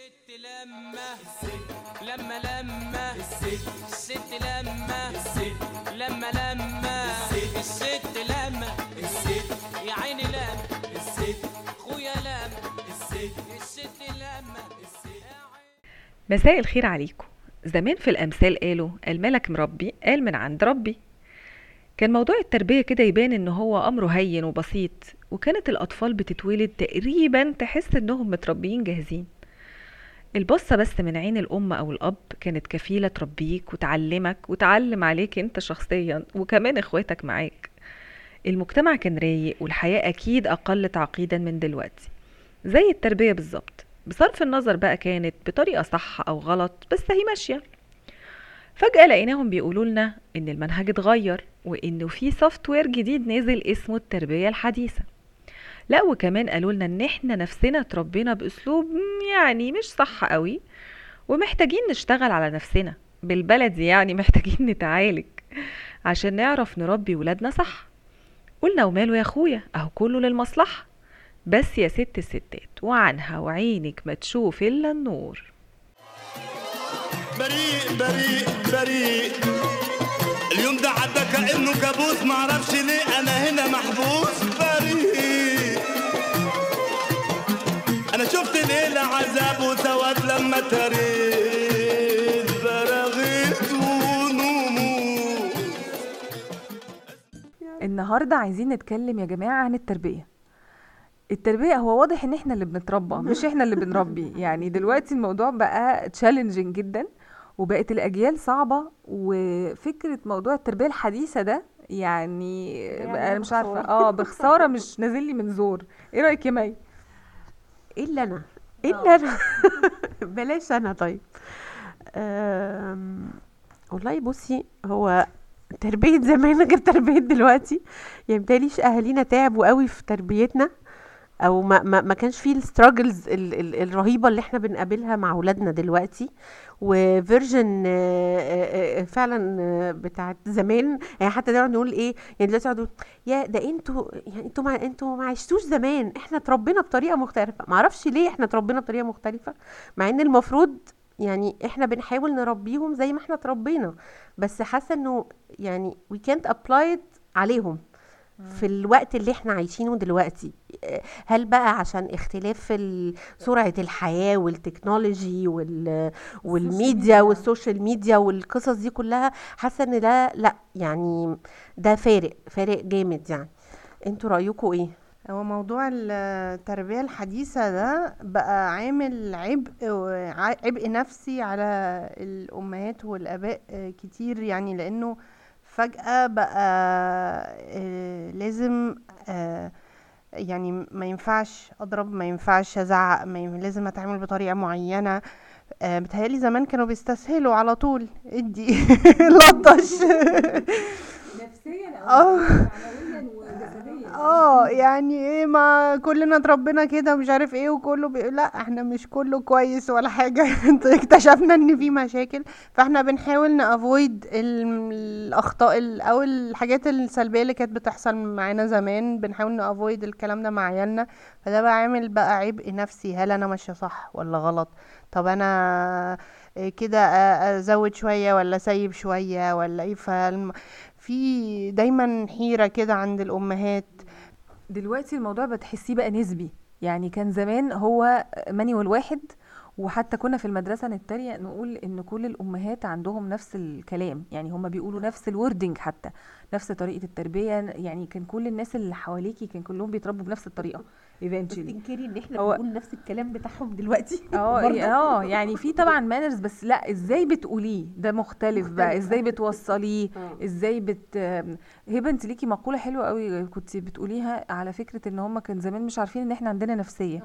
الست لما الست يا عيني الست خويا الست مساء الخير عليكم. زمان في الأمثال قالوا الملك مربي قال من عند ربي. كان موضوع التربية كده يبان ان هو امره هين وبسيط، وكانت الاطفال بتتولد تقريبا تحس انهم متربيين جاهزين. البصة بس من عين الام او الاب كانت كفيلة تربيك وتعلمك وتعلم عليك انت شخصيا وكمان اخواتك معاك. المجتمع كان رايق والحياة اكيد اقل تعقيدا من دلوقتي، زي التربية بالظبط، بصرف النظر بقى كانت بطريقة صح او غلط بس هي ماشية. فجأة لقيناهم بيقولوا لنا ان المنهج اتغير وانه في سوفت وير جديد نازل اسمه التربية الحديثة. لا وكمان قالوا لنا ان احنا نفسنا اتربينا باسلوب يعني مش صح قوي، ومحتاجين نشتغل على نفسنا، بالبلدي يعني محتاجين نتعالج عشان نعرف نربي ولادنا صح. قلنا وماله يا اخويا، اهو كله للمصلحة، بس يا ست الستات وعنها وعينك ما تشوف الا النور. بريء بريء بريء اليوم ده عدى كأنه كابوس، معرفش ليه انا هنا محبوس. بريء انا شفت ليلة عذاب وسواد لما تريت براغيث ونمو. النهاردة عايزين نتكلم يا جماعة عن التربية. التربية هو واضح ان احنا اللي بنتربى مش احنا اللي بنربي. يعني دلوقتي الموضوع بقى تشالنجينج جدا، وبقت الاجيال صعبة، وفكرة موضوع التربية الحديثة ده يعني انا مش عارفة بخسارة مش نازل لي من زور. ايه رأيك يا مي؟ الا انا بلاش انا. طيب والله بصي، هو تربية زمان غير تربية دلوقتي. يعني متهيأليش اهالينا تعبوا قوي في تربيتنا، او ما كانش فيه الستراجلز الرهيبه اللي احنا بنقابلها مع اولادنا دلوقتي. وفيرجن فعلا بتاعت زمان. يعني حتى نقعد نقول ايه، يعني دلوقتي نقعد يا ده انتوا ما عشتوش زمان، احنا اتربينا بطريقه مختلفه. ما اعرفش ليه احنا اتربينا بطريقه مختلفه، مع ان المفروض يعني احنا بنحاول نربيهم زي ما احنا اتربينا، بس حاسه انه يعني we can't apply it عليهم في الوقت اللي احنا عايشينه دلوقتي. هل بقى عشان اختلاف في سرعة الحياة والتكنولوجي والميديا والسوشيال ميديا والقصص دي كلها؟ حاسة ان ده لا، يعني ده فارق جامد. يعني انتوا رأيكم ايه؟ هو موضوع التربية الحديثة ده بقى عامل عبء نفسي على الأمهات والآباء كتير، يعني لأنه فجأة بقى لازم يعني ما ينفعش أضرب، ما ينفعش أزعق، لازم أتعامل بطريقة معينة. بتهيألي زمان كانوا بيستسهلوا على طول ادي لطش نفسيا او معنويا وجسديا. يعني ايه، ما كلنا اتربينا كده مش عارف ايه، وكله لا احنا مش كله كويس ولا حاجة. اكتشفنا ان في مشاكل، فاحنا بنحاول نافويد الاخطاء او الحاجات السلبية اللي كانت بتحصل معانا زمان، بنحاول نافويد الكلام ده مع عيالنا. فده بقى عامل بقى عبء نفسي، هل انا ماشية صح ولا غلط؟ طب انا كده ازود شوية ولا سيب شوية ولا ايه؟ في دايما حيرة كده عند الامهات. دلوقتي الموضوع بتحسيه بقى نسبي. يعني كان زمان هو مانيوال واحد، وحتى كنا في المدرسة نتريق نقول ان كل الامهات عندهم نفس الكلام، يعني هم بيقولوا نفس الوردنج، حتى نفس طريقة التربية. يعني كان كل الناس اللي حواليكي كان كلهم بيتربوا بنفس الطريقة eventually. تنكري ان احنا بنقول نفس الكلام بتاعهم دلوقتي؟ يعني في طبعا مانرز، بس لا ازاي بتقوليه ده مختلف بقى، ازاي بتوصليه، ازاي هبه انت ليكي مقولة حلوة قوي كنت بتقوليها على فكرة ان هم كان زمان مش عارفين ان احنا عندنا نفسية.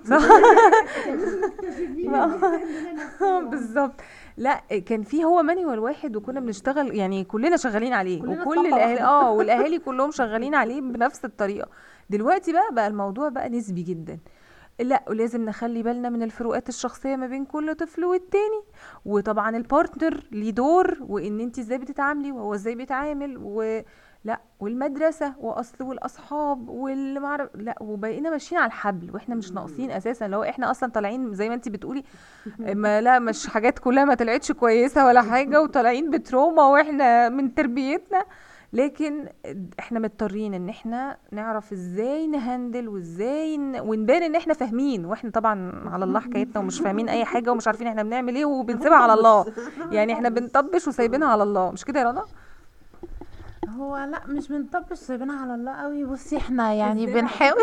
بالظبط. لا كان في هو مانيوال واحد وكنا بنشتغل، يعني كلنا شغالين عليه، وكل الاهالي والاهالي كلهم شغالين عليه بنفس الطريقة. دلوقتي بقى الموضوع بقى نسبي جدا. لا ولازم نخلي بالنا من الفروقات الشخصية ما بين كل طفل والتاني، وطبعا البارتنر ليه دور، وان انت ازاي بتتعاملي وهو ازاي بيتعامل، لا والمدرسه واصل والاصحاب والمعرف، لا وبقينا ماشيين على الحبل واحنا مش ناقصين اساسا، لو احنا اصلا طالعين زي ما انت بتقولي ما لا مش حاجات كلها ما طلعتش كويسه ولا حاجه، وطالعين بتروما واحنا من تربيتنا، لكن احنا مضطرين ان احنا نعرف ازاي نهندل وازاي ونبان ان احنا فاهمين، واحنا طبعا على الله حكايتنا ومش فاهمين اي حاجه ومش عارفين احنا بنعمل ايه وبنسيبها على الله. يعني احنا بنطبش وسايبينها على الله، مش كده يا رنا؟ هو لا مش بنطبش سايبينها على الله قوي. بصي احنا يعني بنحاول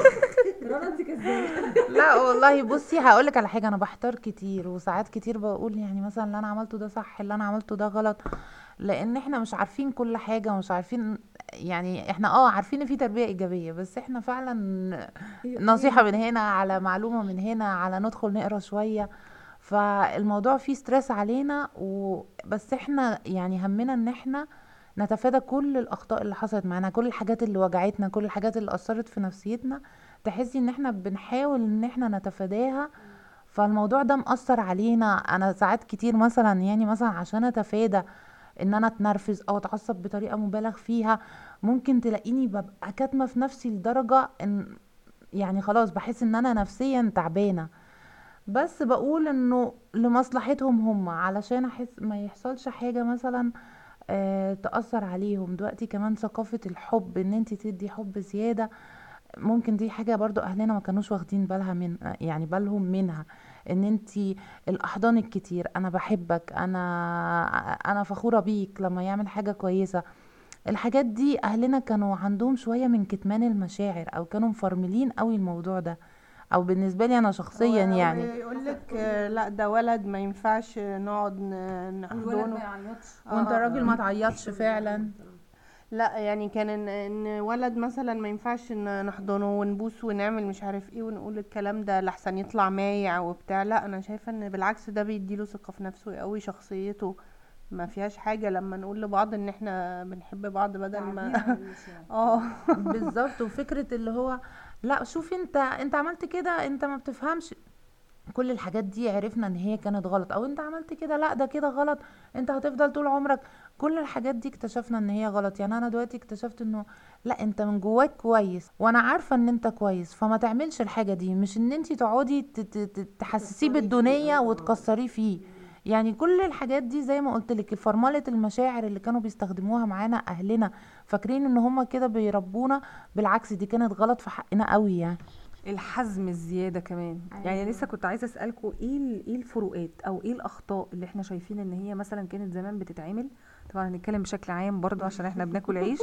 لا والله بصي هقولك على حاجه، انا بحتار كتير وساعات كتير بقول يعني مثلا اللي انا عملته ده صح اللي انا عملته ده غلط، لان احنا مش عارفين كل حاجه ومش عارفين. يعني احنا عارفين ان في تربيه ايجابيه، بس احنا فعلا نصيحه من هنا على معلومه من هنا على ندخل نقرا شويه، فالموضوع فيه ستريس علينا بس احنا يعني همنا ان احنا نتفادى كل الاخطاء اللي حصلت معانا، كل الحاجات اللي وجعتنا، كل الحاجات اللي اثرت في نفسيتنا، تحسي ان احنا بنحاول ان احنا نتفاداها. فالموضوع ده مأثر علينا. انا ساعات كتير مثلا يعني مثلا عشان اتفادى ان انا اتنرفز او اتعصب بطريقة مبالغ فيها، ممكن تلاقيني ببقى كاتمة في نفسي لدرجة ان يعني خلاص بحس ان انا نفسيا تعبانة، بس بقول انه لمصلحتهم هم علشان احس ما يحصلش حاجة مثلا تأثر عليهم. دلوقتي كمان ثقافة الحب ان انت تدي حب زيادة، ممكن دي حاجة برضو اهلنا ما كانوش واخدين بالها من يعني بالهم منها، ان انت الاحضان الكتير، انا بحبك، انا فخورة بيك لما يعمل حاجة كويسة. الحاجات دي اهلنا كانوا عندهم شوية من كتمان المشاعر او كانوا مفرملين قوي الموضوع ده، او بالنسبة لي انا شخصيا يعني يقول لك لا ده ولد ما ينفعش نقعد نحضنه، وانت راجل ما تعيطش فعلا. لا يعني كان ان ولد مثلا ما ينفعش نحضنه ونبوس ونعمل مش عارف ايه ونقول الكلام ده لحسن يطلع مايع وبتاع. لا انا شايفه ان بالعكس ده بيديله ثقه في نفسه يقوي شخصيته، ما فيهاش حاجه لما نقول لبعض ان احنا بنحب بعض بدل ما بالظبط. وفكرة اللي هو لا شوفي انت عملت كده، انت ما بتفهمش، كل الحاجات دي عرفنا ان هي كانت غلط، او انت عملت كده لا ده كده غلط، انت هتفضل طول عمرك. كل الحاجات دي اكتشفنا ان هي غلط. يعني انا دلوقتي اكتشفت انه لا انت من جواك كويس وانا عارفة ان انت كويس، فما تعملش الحاجة دي، مش ان انت تقعدي تحسسيه بالدنيا وتكسريه فيه. يعني كل الحاجات دي زي ما قلت لك، فرمله المشاعر اللي كانوا بيستخدموها معانا اهلنا فاكرين ان هما كده بيربونا، بالعكس دي كانت غلط في حقنا قوي. يعني الحزم الزياده كمان. يعني لسه كنت عايزه اسالكم ايه الفروقات او ايه الاخطاء اللي احنا شايفين ان هي مثلا كانت زمان بتتعمل. طبعا هنتكلم بشكل عام برضو عشان احنا بناكل عيش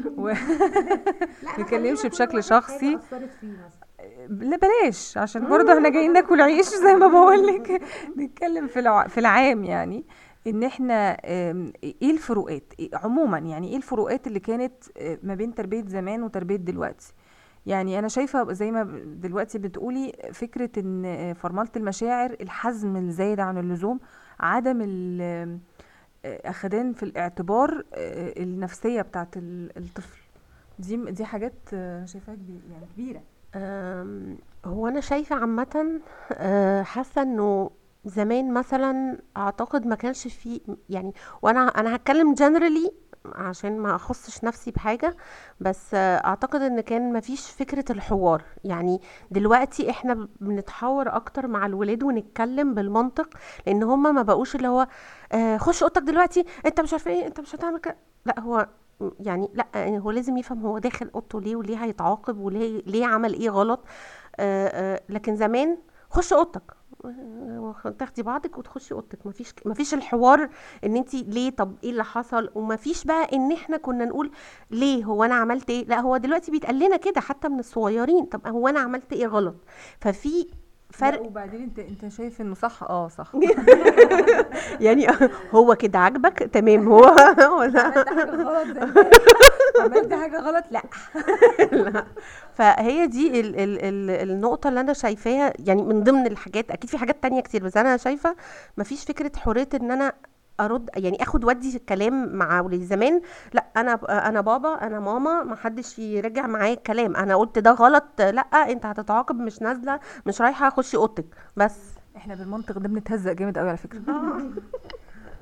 نتكلمش بشكل شخصي، لا بلاش عشان برضو احنا جايين ناكل عيش زي ما بقولك نتكلم في العام. يعني ان احنا ايه الفروقات عموما، يعني ايه الفروقات اللي كانت ما بين تربية زمان وتربية دلوقتي. يعني انا شايفة زي ما دلوقتي بتقولي فكرة ان فرملة المشاعر، الحزم الزايد عن اللزوم، عدم اخدان في الاعتبار النفسية بتاعت الطفل، دي حاجات شايفاها يعني كبيرة. هو انا شايفه عامه حاسه انه زمان مثلا اعتقد ما كانش فيه يعني، وانا هتكلم جنرالي عشان ما اخصش نفسي بحاجه، بس اعتقد ان كان ما فيش فكره الحوار. يعني دلوقتي احنا بنتحاور اكتر مع الولاد ونتكلم بالمنطق، لان هما ما بقوش اللي هو خش اوضتك دلوقتي انت مش عارف ايه انت مش هتعمل كده. لا هو يعني لا يعني هو لازم يفهم هو داخل اوضته ليه وليه هيتعاقب وليه عمل ايه غلط. لكن زمان خش اوضتك تاخدي بعضك وتخشي اوضتك، مفيش الحوار ان انت ليه، طب ايه اللي حصل، ومفيش بقى ان احنا كنا نقول ليه هو انا عملت ايه. لا هو دلوقتي بيتقال لنا كده حتى من الصغيرين، طب هو انا عملت ايه غلط. ففي فرق. وبعدين انت شايف انه صح صح يعني هو كده عاجبك تمام، هو عملت حاجه غلط عملت حاجه غلط لا لا. فهي دي النقطة اللي أنا شايفاها. يعني من ضمن الحاجات أكيد في حاجات تانية كتير، بس أنا شايفة مفيش فكرة حرية إن أنا أرد يعني أخد ودي في الكلام مع ولادي. زمان لا أنا بابا أنا ماما ما حدش يرجع معايا الكلام، أنا قلت ده غلط لا أنت هتتعاقب، مش نازلة مش رايحة أخش أوضتك. بس احنا بالمنطق ده بنتهزق جامد قوي على فكرة.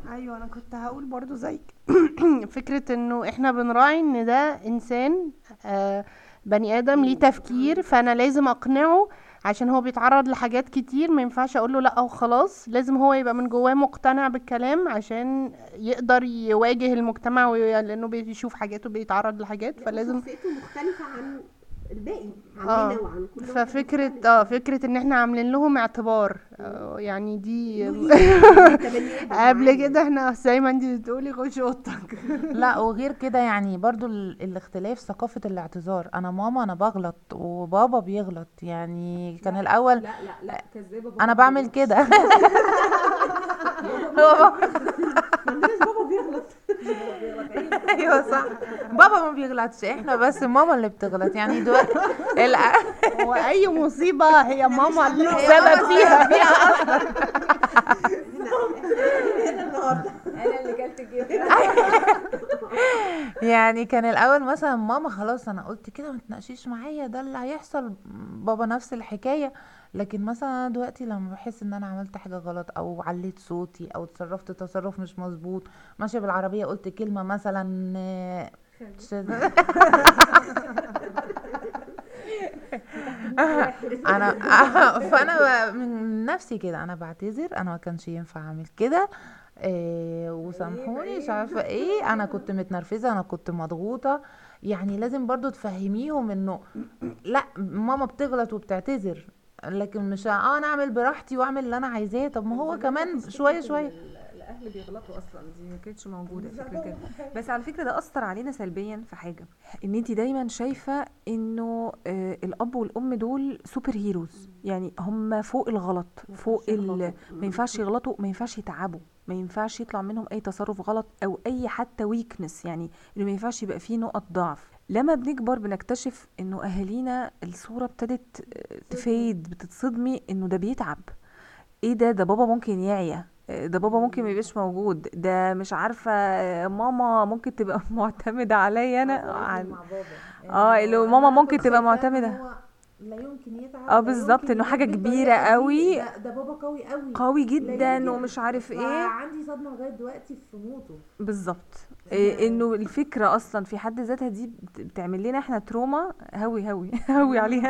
ايوه انا كنت هقول برضو زيك. فكرة انه احنا بنراعي ان ده انسان، بني ادم ليه تفكير، فانا لازم اقنعه عشان هو بيتعرض لحاجات كتير، ما ينفعش اقول له لا وخلاص، لازم هو يبقى من جواه مقتنع بالكلام عشان يقدر يواجه المجتمع لانه بيشوف حاجات وبيتعرض لحاجات، فلازم شخصيته مختلفة عن الباقي اه عننا وعن كل واحد ففكرة مختلف. فكرة ان احنا عاملين لهم اعتبار، يعني دي انت بني ادم قبل عادي. كده احنا زي ما انت بتقولي خش اوضتك. لا وغير كده يعني برضو الاختلاف ثقافة الاعتذار. انا ماما انا بغلط وبابا بيغلط، يعني كان الاول لا كذابه انا بعمل كده. عندناش بابا بيغلط. ايوه صح، بابا ما بيغلطش، احنا بس ماما اللي بتغلط يعني دلوقتي واي مصيبة هي ماما اللي السبب فيها. انا اللي كلت الجبنه. يعني كان الاول مثلا ماما خلاص انا قلت كده ما تناقشيش معايا، ده اللي هيحصل. بابا نفس الحكايه. لكن مثلا أنا دلوقتي لما بحس ان انا عملت حاجه غلط او عليت صوتي او تصرفت تصرف مش مظبوط، ماشيه بالعربيه قلت كلمه مثلا انا فانا من نفسي كده انا بعتذر، انا ما كانش ينفع اعمل كده، وسامحوني مش عارفه ايه، انا كنت متنرفزه، انا كنت مضغوطه. يعني لازم برضو تفهميهم انه لا ماما بتغلط وبتعتذر، لكن مش انا اعمل براحتي واعمل اللي انا عايزاه. طب ما هو كمان شويه شويه الاهل بيغلطوا اصلا، دي ما كانتش موجوده فكره كده. بس على فكره ده اثر علينا سلبيا في حاجه، ان انت دايما شايفه انه الاب والام دول سوبر هيروز، يعني هم فوق الغلط، فوق ما ينفعش يغلطوا، ما ينفعش يتعبوا، ما ينفعش يطلع منهم اي تصرف غلط او اي حتى ويكنس، يعني انه ما ينفعش يبقى فيه نقط ضعف. لما بنكبر بنكتشف انه اهالينا الصوره ابتدت تفيد، بتتصدمي انه ده بيتعب. ايه ده بابا ممكن يعيا، ده بابا ممكن ما يبقاش موجود، ده مش عارفه ماما ممكن تبقى معتمده عليا انا مع بابا اللي هو ماما ممكن تبقى معتمده. لا يمكن يتعب، بالظبط، انه حاجه كبيره قوي، ده بابا قوي قوي قوي جدا ومش عارف ايه. عندي صدمه لغايه دلوقتي في موته. بالظبط، انه الفكره اصلا في حد ذاتها دي بتعمل لنا احنا تروما هوي هوي هوي عليها.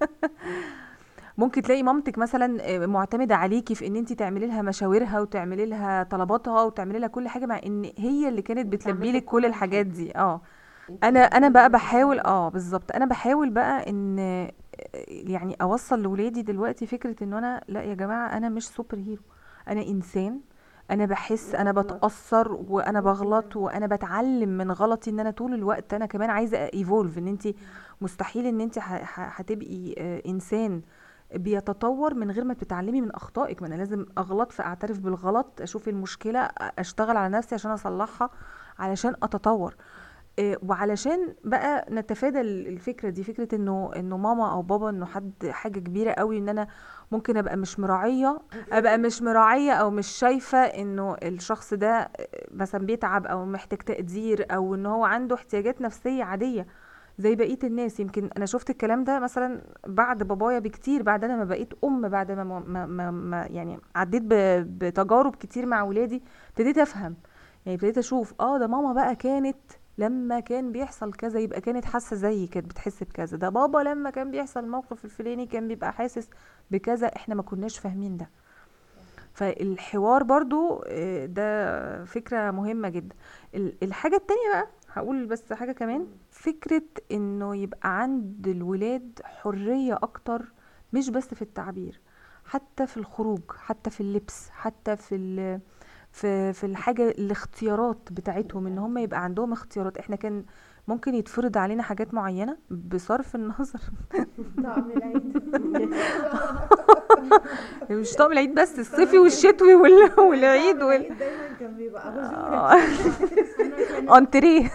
ممكن تلاقي مامتك مثلا معتمده عليكي في ان انت تعملي لها مشاورها وتعملي لها طلباتها وتعملي لها كل حاجه، مع ان هي اللي كانت بتلبي لك كل الحاجات دي. انا بقى بحاول بالظبط، انا بحاول بقى ان يعني اوصل لولادي دلوقتي فكره انه انا لا يا جماعه، انا مش سوبر هيرو، انا انسان، انا بحس، انا بتاثر وانا بغلط وانا بتعلم من غلطي، ان انا طول الوقت انا كمان عايزه ايفولف، ان انت مستحيل ان انت هتبقي انسان بيتطور من غير ما تتعلمي من اخطائك. ما انا لازم اغلط فاعترف بالغلط، اشوف المشكله، اشتغل على نفسي عشان اصلحها علشان اتطور. وعلشان بقى نتفادى الفكره دي، فكره انه ماما او بابا انه حاجه كبيره قوي، ان انا ممكن ابقى مش مراعيه او مش شايفه انه الشخص ده مثلا بيتعب او محتاج تقدير، او ان هو عنده احتياجات نفسيه عاديه زي بقيه الناس. يمكن انا شفت الكلام ده مثلا بعد بابايا بكتير، بعد انا ما بقيت بعد ما يعني عديت بتجارب كتير مع ولادي، ابتديت افهم، يعني ابتديت اشوف ده ماما بقى كانت لما كان بيحصل كذا يبقى كانت حاسه زيي، كانت بتحس بكذا، ده بابا لما كان بيحصل الموقف الفلاني كان بيبقى حاسس بكذا، احنا ما كناش فاهمين ده. فالحوار برضو ده فكره مهمه جدا. الحاجه التانية بقى هقول بس حاجه كمان، فكره انه يبقى عند الولاد حريه اكتر، مش بس في التعبير، حتى في الخروج، حتى في اللبس، حتى في الحاجه، الاختيارات بتاعتهم، ان هم يبقى عندهم اختيارات. احنا كان ممكن يتفرض علينا حاجات معينه بصرف النظر. طعم العيد مش طعم العيد بس، الصيفي والشتوي والعيد دايما كان بيبقى انتريه.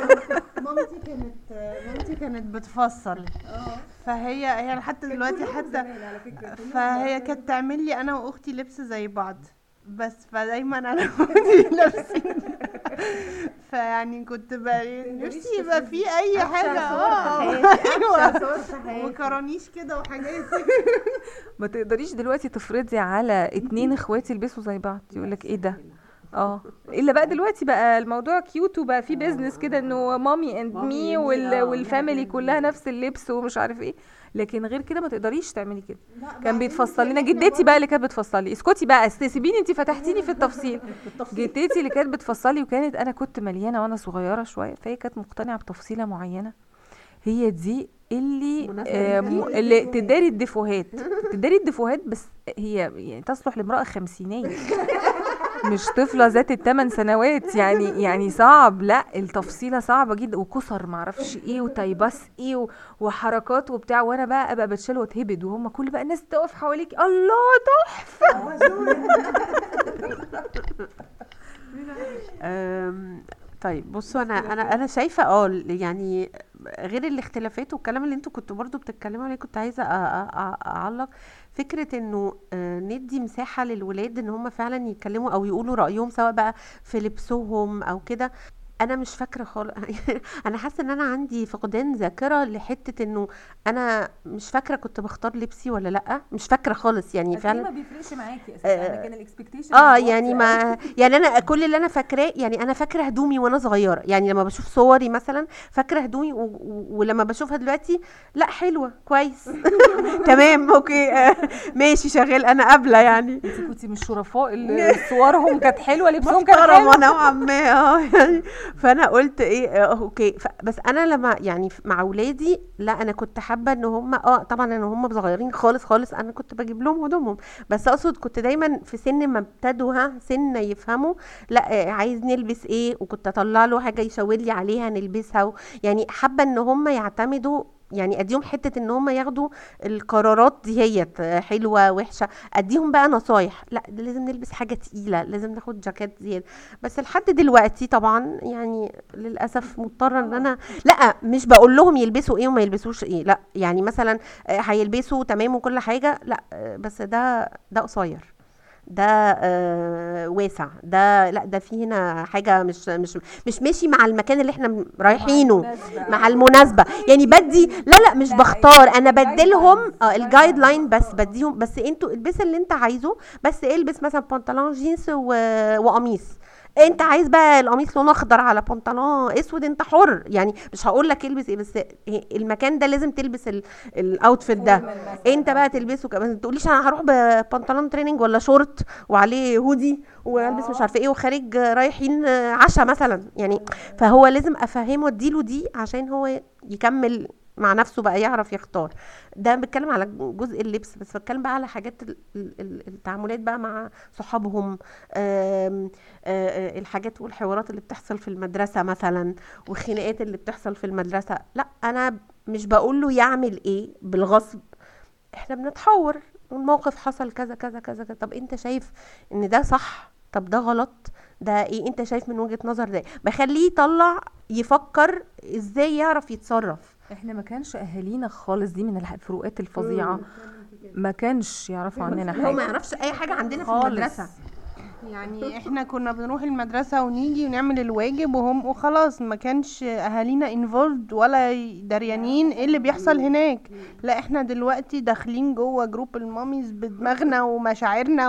مامتي كانت بتفصل، فهي حتى دلوقتي حتى فهي كانت تعمل لي انا واختي لبس زي بعض، بس فدايما انا واختي لابسين، فيعني كنت نفسي يبقى في اي حاجه ايوه وكرانيش كده وحاجات. ما تقدريش دلوقتي تفرضي على 2 اخواتي يلبسوا زي بعض، يقولك ايه ده، الا بقى دلوقتي بقى الموضوع كيوت وبقى في بيزنس كده انه مامي اند مي والفاميلي كلها نفس اللبس ومش عارف ايه، لكن غير كده ما تقدريش تعملي كده. كان بيتفصل لنا جدتي بقى اللي كانت بتفصل لي. اسكتي بقى سيبيني، انت فتحتيني في التفصيل. جدتي اللي كانت بتفصل لي، وكانت انا كنت مليانه وانا صغيره شويه، فهي كانت مقتنعه بتفصيله معينه، هي دي اللي تداري الدفوهات بس هي يعني تصلح لامرأة خمسينية مش طفلة ذات ال8 سنوات. يعني صعب، لا التفصيلة صعبة جدا، وكسر معرفش ايه وتايباس ايه وحركات وبتاع، وانا بقى ابقى بتشال واتهبد، وهم كل بقى الناس تقف حواليك الله تحفة. طيب بصوا، انا شايفه يعني غير الاختلافات والكلام اللي انتوا كنتوا برضو بتتكلموا عليه، كنت عايزه اعلق فكره انه ندي مساحه للولاد ان هم فعلا يتكلموا او يقولوا رايهم، سواء بقى في لبسهم او كده. انا مش فاكره خالص انا حاسه ان انا عندي فقدان ذاكره لحته انه انا مش فاكره كنت بختار لبسي ولا لا، مش فاكره خالص يعني فعلا. ما بيفرقش معاكي اساسا، انا كان الاكسبكتيشن يعني ما يعني انا كل اللي انا فاكراه، يعني انا فاكره هدومي وانا صغيره، يعني لما بشوف صوري مثلا فاكره هدومي ولما بشوفها دلوقتي لا حلوه كويس تمام اوكي ماشي شغال، انا قابله يعني. انت كنتي من الشرفاء اللي صورهم كانت حلوه، لبسهم كان حلو نوعا ما يعني. فانا قلت ايه اوكي. بس انا لما يعني مع اولادي، لا انا كنت حابه ان هم طبعا ان هم صغيرين خالص انا كنت بجيب لهم هدومهم، بس اقصد كنت دايما في سن ما ابتدوا سن يفهموا لا عايز نلبس ايه، وكنت اطلع له حاجه يشاور لي عليها نلبسها، يعني حابه ان هم يعتمدوا، يعني اديهم حته ان هم ياخدوا القرارات دي، هي حلوه وحشه، اديهم بقى نصايح، لا لازم نلبس حاجه تقيله، لازم ناخد جاكيت زياده. بس لحد دلوقتي طبعا يعني للاسف مضطره ان انا لا مش بقول لهم يلبسوا ايه وما يلبسوش ايه، لا يعني مثلا هيلبسوا تمام وكل حاجه، لا بس ده قصير، ده واسع، ده لا ده في هنا حاجه مش ماشي مع المكان اللي احنا رايحينه، مع المناسبه يعني بدي لا مش بختار، انا بديلهم الجايد لاين، بس بديهم بس انتوا البس اللي انت عايزه، بس البس مثلا بنطلون جينز وقميص، انت عايز بقى القميص لونه اخضر على بنطلون اسود انت حر، يعني مش هقول لك البس ايه، بس المكان ده لازم تلبس الاوتفيت ده، انت بقى تلبسه كمان. ما تقوليش انا هروح ببنطلون تريننج ولا شورت وعليه هودي والبس مش عارفه ايه وخارج رايحين عشاء مثلا، يعني فهو لازم افهمه اديله دي عشان هو يكمل مع نفسه بقى يعرف يختار. ده بتكلم على جزء اللبس، بس بتكلم بقى على حاجات التعاملات بقى مع صحابهم، الحاجات والحوارات اللي بتحصل في المدرسة مثلا، والخناقات اللي بتحصل في المدرسة، لا انا مش بقول له يعمل ايه بالغصب، احنا بنتحاور والموقف حصل كذا كذا كذا كذا، طب انت شايف ان ده صح، طب ده غلط، ده ايه انت شايف من وجهة نظر ده، بخليه يطلع يفكر ازاي يعرف يتصرف. احنا ما كانش اهالينا خالص دي من الفروقات الفظيعه، ما كانش يعرفوا عننا حاجه، هو ما يعرفش اي حاجه عندنا في المدرسه، يعني احنا كنا بنروح المدرسة ونيجي ونعمل الواجب وخلاص، ما كانش اهالينا involved ولا دريانين ايه اللي بيحصل هناك. لا احنا دلوقتي داخلين جوه جروب الماميز بدماغنا ومشاعرنا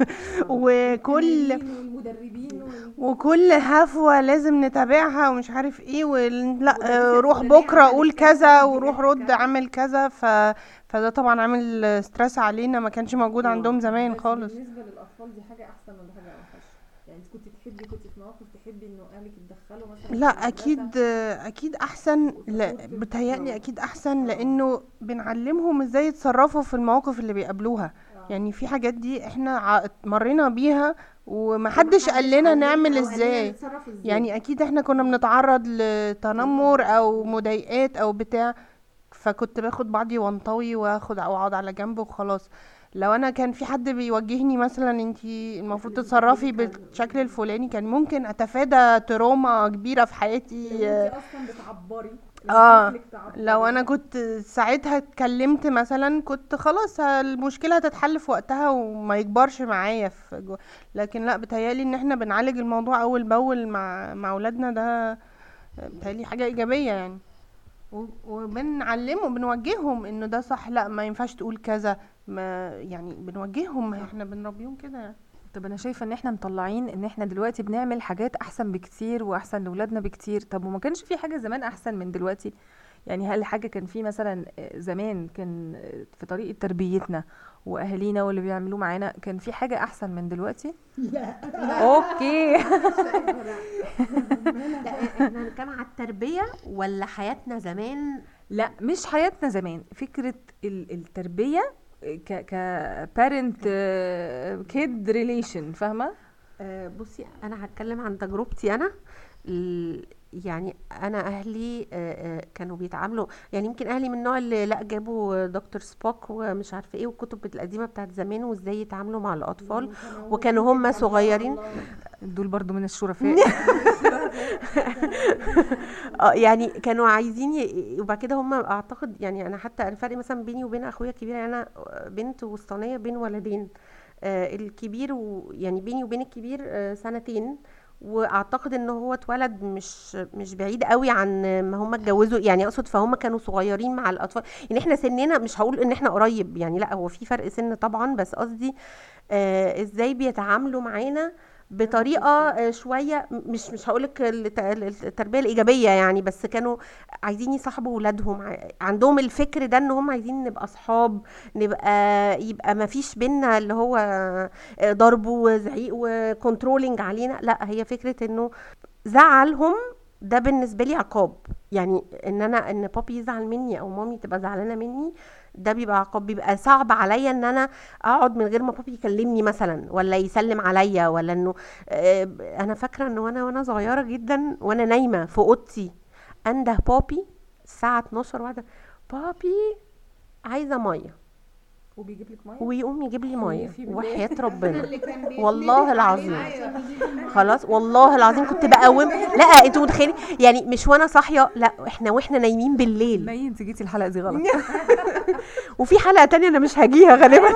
وكل هفوة لازم نتابعها ومش عارف ايه، لا روح بكرة قول كذا وروح رد عمل كذا، فده طبعا عامل ستريس علينا ما كانش موجود عندهم زمان خالص. بالنسبه للاطفال دي حاجه احسن ولا حاجه اوحش؟ يعني انت كنت في موقف تحبي انه اهلك يتدخلوا مثلا؟ لا اكيد احسن، لا بتهيألي اكيد احسن، لانه بنعلمهم ازاي يتصرفوا في المواقف اللي بيقابلوها. يعني في حاجات دي احنا مرينا بيها ومحدش قال لنا نعمل ازاي، يعني اكيد احنا كنا بنتعرض لتنمر او مضايقات او بتاع، فكنت باخد بعضي وانطوي واخد او اقعد على جنب وخلاص. لو انا كان في حد بيوجهني مثلا انتي المفروض تتصرفي بالشكل الفلاني، كان ممكن اتفادى تروما كبيرة في حياتي. انتي اصلا بتعبري لو انا كنت ساعتها اتكلمت مثلا كنت خلاص المشكلة هتتحل في وقتها وما يكبرش معايا لكن لا، بتهيالي ان احنا بنعالج الموضوع اول باول مع اولادنا، ده بتهيالي حاجة ايجابية يعني، وبنعلمهم بنوجههم انه ده صح، لا ما ينفعش تقول كذا، ما يعني بنوجههم، احنا بنربيهم كده. طب انا شايفه ان احنا مطلعين ان احنا دلوقتي بنعمل حاجات احسن بكتير واحسن لاولادنا بكتير. طب وما كانش في حاجه زمان احسن من دلوقتي؟ يعني هل حاجه كان في مثلا زمان كان في طريقه تربيتنا واهالينا واللي بيعملوه معانا كان في حاجه احسن من دلوقتي؟ اوكي. لا احنا هنتكلم على التربيه ولا حياتنا زمان؟ لا مش حياتنا زمان، فكره التربيه ك parent kid relation، فاهمه؟ بصي انا هتكلم عن تجربتي انا. يعني انا اهلي كانوا بيتعاملوا، يعني يمكن اهلي من النوع اللي لا جابوا دكتور سبوك ومش عارفه ايه والكتب القديمه بتاعت زمان وازاي يتعاملوا مع الاطفال، وكانوا هم صغيرين. دول برضو من الشرفاء. يعني كانوا عايزين وبعد كده هم اعتقد، يعني انا حتى الفرق مثلا بيني وبين اخويا الكبير، يعني انا بنت وسطانيه بين ولدين. الكبير يعني بيني وبين الكبير سنتين، واعتقد ان هو اتولد مش بعيد قوي عن ما هم اتجوزوا، يعني اقصد فهم كانوا صغيرين مع الاطفال. يعني احنا سننا مش هقول ان احنا قريب، يعني لا هو في فرق سن طبعا، بس قصدي ازاي بيتعاملوا معانا بطريقه شويه مش هقولك التربيه الايجابيه يعني، بس كانوا عايزين يصاحبوا ولادهم، عندهم الفكر ده ان هم عايزين نبقى اصحاب، يبقى ما فيش بينا اللي هو ضرب وزعيق وكنترولينج علينا. لا هي فكره انه زعلهم ده بالنسبه لي عقاب، يعني ان بابي يزعل مني او مامي تبقى زعلانه مني، ده بيبقى عقاب، بيبقى صعب عليا ان انا اقعد من غير ما بابي يكلمني مثلا ولا يسلم عليا، ولا انه انا فاكره انه وانا صغيره جدا وانا نايمه في اوضتي انده بابي الساعه 12 واحده، بابي عايزه ميه، وبيجيب لك ميه ويقوم يجيب لي ميه وحياه ربنا والله العظيم. خلاص والله العظيم كنت بقوم. لا انتوا متخيلين يعني مش وانا صاحيه، لا واحنا نايمين بالليل. مي انت جيتي الحلقه دي غلط. وفي حلقه تانية انا مش هجيها غالبا.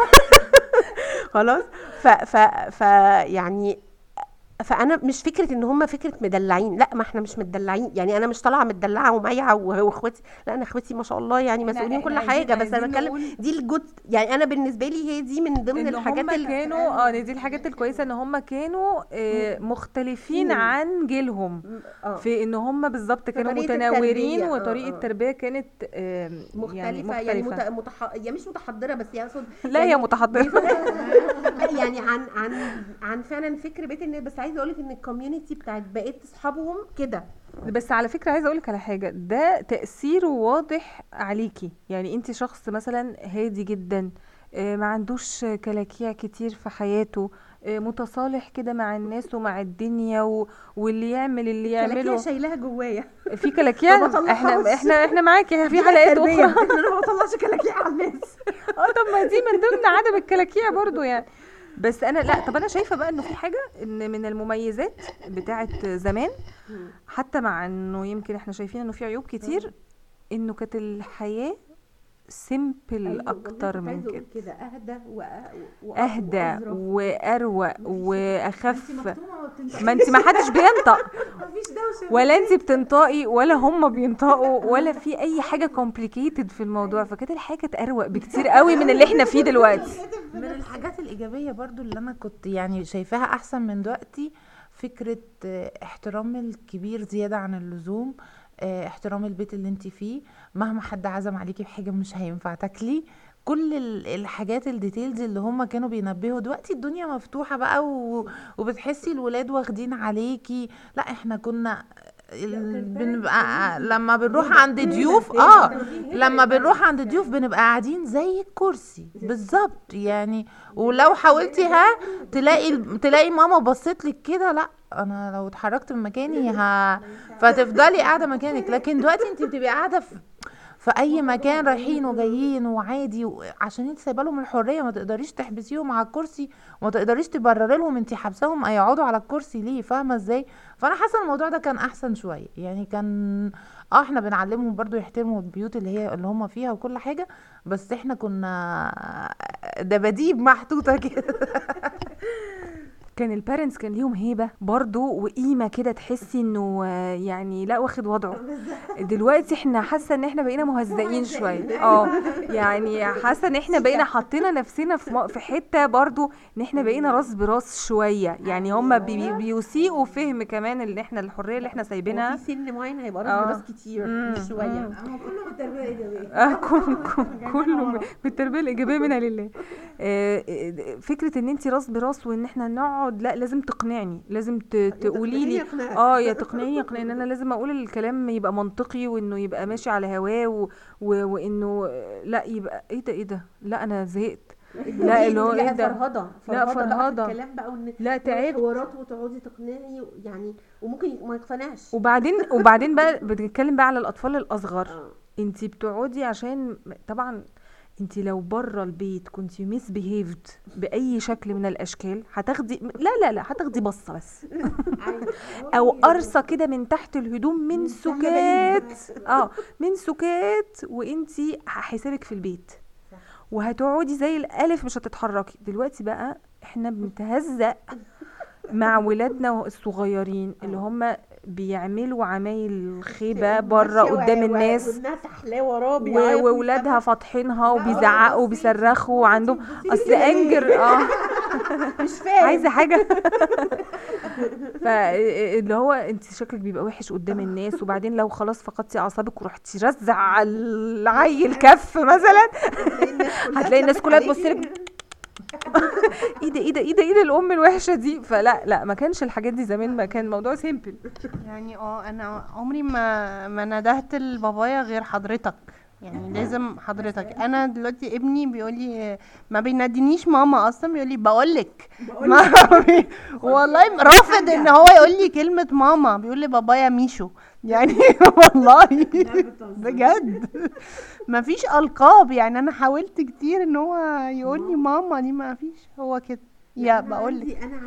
خلاص ف يعني فانا مش فكره ان هم فكره مدلعين، لا ما احنا مش مدلعين، يعني انا مش طالعه مدلعه ومايعه واخواتي، لا انا اخواتي ما شاء الله يعني مسؤولين كل حاجه، بس انا بتكلم دي الجود، يعني انا بالنسبه لي هي دي من ضمن الحاجات اللي كانوا دي الحاجات الكويسه، ان هم كانوا مختلفين عن جيلهم في ان هم بالظبط كانوا متنورين، وطريقه التربيه كانت مختلفه يعني مش متحضره، بس يقصد لا يعني هي متحضره. يعني عن فعلا فكر بيت الناس، بس عايزه اقولك ان الكوميونتي بتاعت بقيت اصحابهم كده. بس على فكره عايزه اقولك على حاجه، ده تاثيره واضح عليكي، يعني انت شخص مثلا هادي جدا، ما عندوش كلاكيع كتير في حياته، متصالح كده مع الناس ومع الدنيا، واللي يعمل اللي يعمله. كلاكيع شايلها جوايا في كلاكيع. احنا معاكي في حلقات اخرى. انا ما بطلعش كلاكيع على الناس. طب ما دي من ضمن عدم الكلاكيع برضو يعني. بس انا لا، طب انا شايفه بقى انه في حاجه، ان من المميزات بتاعه زمان، حتى مع انه يمكن احنا شايفين انه في عيوب كتير، انه كانت الحياه سيمبل اكتر من كده، اهدى واروق واخف. ما انت ما حدش بينطق، ولا انت بتنطقي ولا هم بينطقوا، ولا في اي حاجه كومبليكيتد في الموضوع، فكده الحاجه كانت اروق بكتير قوي من اللي احنا فيه دلوقتي. من الحاجات الايجابيه برضو اللي انا كنت يعني شايفاها احسن من دلوقتي، فكره احترام الكبير زياده عن اللزوم، احترام البيت اللي انت فيه، مهما حد عزم عليكي بحاجه مش هينفع تاكلي، كل الحاجات الديتيلز اللي هم كانوا بينبهوا. دلوقتي الدنيا مفتوحه بقى وبتحسي الولاد واخدين عليكي. لا احنا كنا بنبقى لما بنروح عند ضيوف لما بنروح عند ضيوف بنبقى قاعدين زي الكرسي بالظبط يعني، ولو حاولتي تلاقي ماما بصت لك كده، لا انا لو اتحركت من مكاني فتفضلي قاعده مكانك. لكن دلوقتي انت بتبقي قاعده في اي مكان، رايحين وجايين وعادي، عشان انت سايبه لهم الحريه، ما تقدريش تحبسيهم على الكرسي، وما تقدريش تبرري لهم انت حابساهم يقعدوا على الكرسي ليه، فاهمه ازاي؟ فانا حاسه الموضوع ده كان احسن شويه، يعني كان احنا بنعلمهم برضو يحترموا البيوت اللي هم فيها وكل حاجه، بس احنا كنا دباديب محطوطه كده. كان البارنتس كان ليهم هيبه برضو وقيمه كده، تحسي انه يعني لا واخد وضعه. دلوقتي احنا حاسه ان احنا بقينا مهزئين شويه، يعني حاسه ان احنا بقينا حاطين نفسنا في حته برضو، ان احنا بقينا راس براس شويه، يعني هم بيسيئوا فهم كمان اللي احنا الحريه اللي احنا سايبينها. في سن معين هيبقى راس براس كتير مش شويه. كله بالتربيه الايجابيه. كله بالتربيه الايجابيه منها لله. فكره ان انت راس براس وان احنا نقعد، لا لازم تقنعني، لازم تقولي لي يا تقنعني ان انا لازم اقول الكلام يبقى منطقي، وانه يبقى ماشي على هواه، وانه لا يبقى ايه ده لا انا زهقت. لا اللي هو ايه ده، فرهضه الكلام بقى، لا تعبت حوارات وتقعدي تقنعي يعني، وممكن ما يقتنعش. وبعدين بقى بنتكلم بقى على الاطفال الاصغر. انتي بتقعدي عشان طبعا انت لو بره البيت كنتي ميس بيهيفد باي شكل من الاشكال، هتاخدي لا هتاخدي بصه بس او قرصه كده من تحت الهدوم من سكات من سكات، وانتي حسابك في البيت وهتقعدي زي الالف مش هتتحركي. دلوقتي بقى احنا بنتهزق مع ولادنا الصغيرين اللي هم بيعملوا عمايل خيبه بره قدام الناس، وولادها فاتحينها وبيزعقوا وبيصرخوا وعندهم اصل انجر مش فاهم عايزه حاجه. فاللي هو انت شكلك بيبقى وحش قدام الناس، وبعدين لو خلاص فقدتي اعصابك ورحتي رزع على العيل كف مثلا، هتلاقي الناس كلها تبص لك ايه ده الام الوحشه دي. فلا ما كانش الحاجات دي زمان، ما كان الموضوع سيمبل يعني. انا عمري ما ندهت لبابايا غير حضرتك، يعني لازم حضرتك. انا دلوقتي ابني بيقول لي ما بينادينيش ماما اصلا، بيقول لي بقولك والله رافض ان هو يقول لي كلمه ماما، بيقول لي بابايا ميشو يعني والله بجد ما فيش القاب. يعني انا حاولت كتير ان هو يقول لي ماما، دي ما فيش، هو كده يا بقولك. انا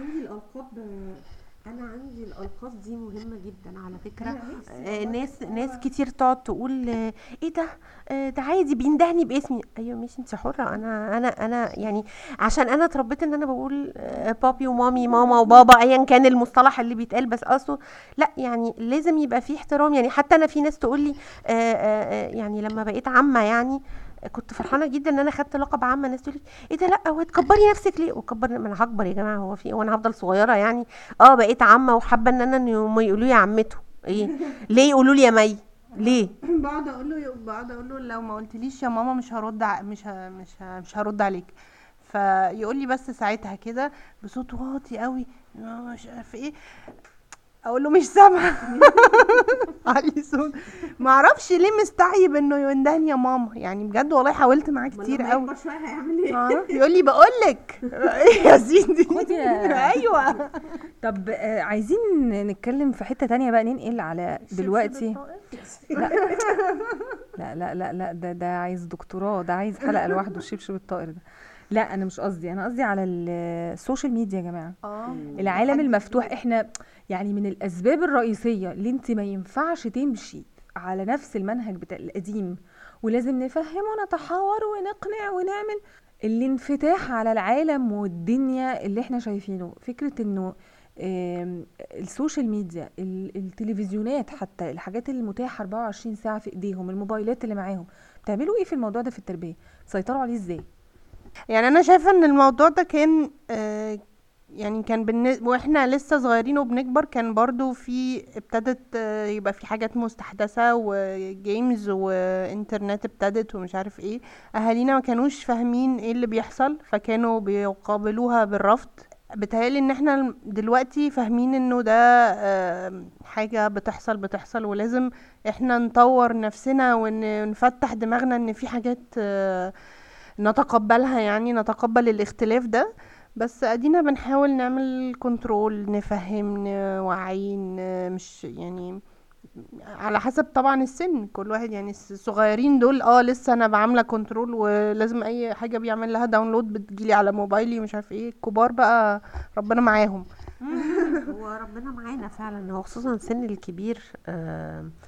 عندي الالقاب دي مهمه جدا على فكره. ناس كتير تقعد تقول ايه ده عادي بيندهني باسمي. ايوه ماشي انت حره. انا يعني عشان انا اتربيت ان انا بقول بابي ومامي، ماما وبابا، ايا كان المصطلح اللي بيتقال، بس اصله لا يعني لازم يبقى فيه احترام. يعني حتى انا في ناس تقول لي يعني لما بقيت عمه، يعني كنت فرحانه جدا ان انا خدت لقب عامه. ناس تقول لي ايه ده لا وتكبري نفسك ليه؟ وكبر ما انا هكبر يا جماعه، هو في وانا هفضل صغيره يعني؟ بقيت عامه وحابه ان انا يقولوا لي عمته. ايه ليه يقولوا لي يا مي ليه؟ بقعد اقول له لو ما قلتليش يا ماما مش هرد عليك. فيقول لي بس ساعتها كده بصوت واطي قوي مش عارف ايه، اقول له مش سامعه علي صوت. ما اعرفش ليه مستعيب انه يندهني يا ماما، يعني بجد والله حاولت معاه كتير قوي. يقول لي بقول لك يا سيدي ايوه. طب عايزين نتكلم في حته تانية بقى، ننقل على دلوقتي. لا ده عايز دكتوراه، ده عايز حلقه لوحده الشبشب الطائر ده. لا انا مش قصدي، انا قصدي على السوشيال ميديا يا جماعه. العالم المفتوح. احنا يعني من الاسباب الرئيسيه اللي انت ما ينفعش تمشي على نفس المنهج بتاع القديم، ولازم نفهم ونتحاور ونقنع ونعمل الانفتاح على العالم والدنيا اللي احنا شايفينه. فكره انه السوشيال ميديا، التلفزيونات، حتى الحاجات المتاحه 24 ساعه في ايديهم، الموبايلات اللي معاهم، بتعملوا ايه في الموضوع ده في التربيه؟ تسيطروا عليه ازاي؟ يعني انا شايفه ان الموضوع ده كان يعني كان واحنا لسه صغيرين وبنكبر، كان برضو في ابتدت يبقى في حاجات مستحدثه وجيمز وانترنت ابتدت ومش عارف ايه. اهالينا ما كانوش فاهمين ايه اللي بيحصل، فكانوا بيقابلوها بالرفض. بتهيألي ان احنا دلوقتي فاهمين انه ده حاجه بتحصل ولازم احنا نطور نفسنا ونفتح دماغنا ان في حاجات نتقبلها، يعني نتقبل الاختلاف ده. بس ادينا بنحاول نعمل كنترول، نفهم، نوعي، مش يعني على حسب طبعا السن كل واحد. يعني الصغيرين دول لسه انا بعمله كنترول، ولازم اي حاجه بيعمل لها داونلود بتجيلي على موبايلي ومش عارف ايه. الكبار بقى ربنا معاهم. هو ربنا معانا فعلا. هو خصوصا السن الكبير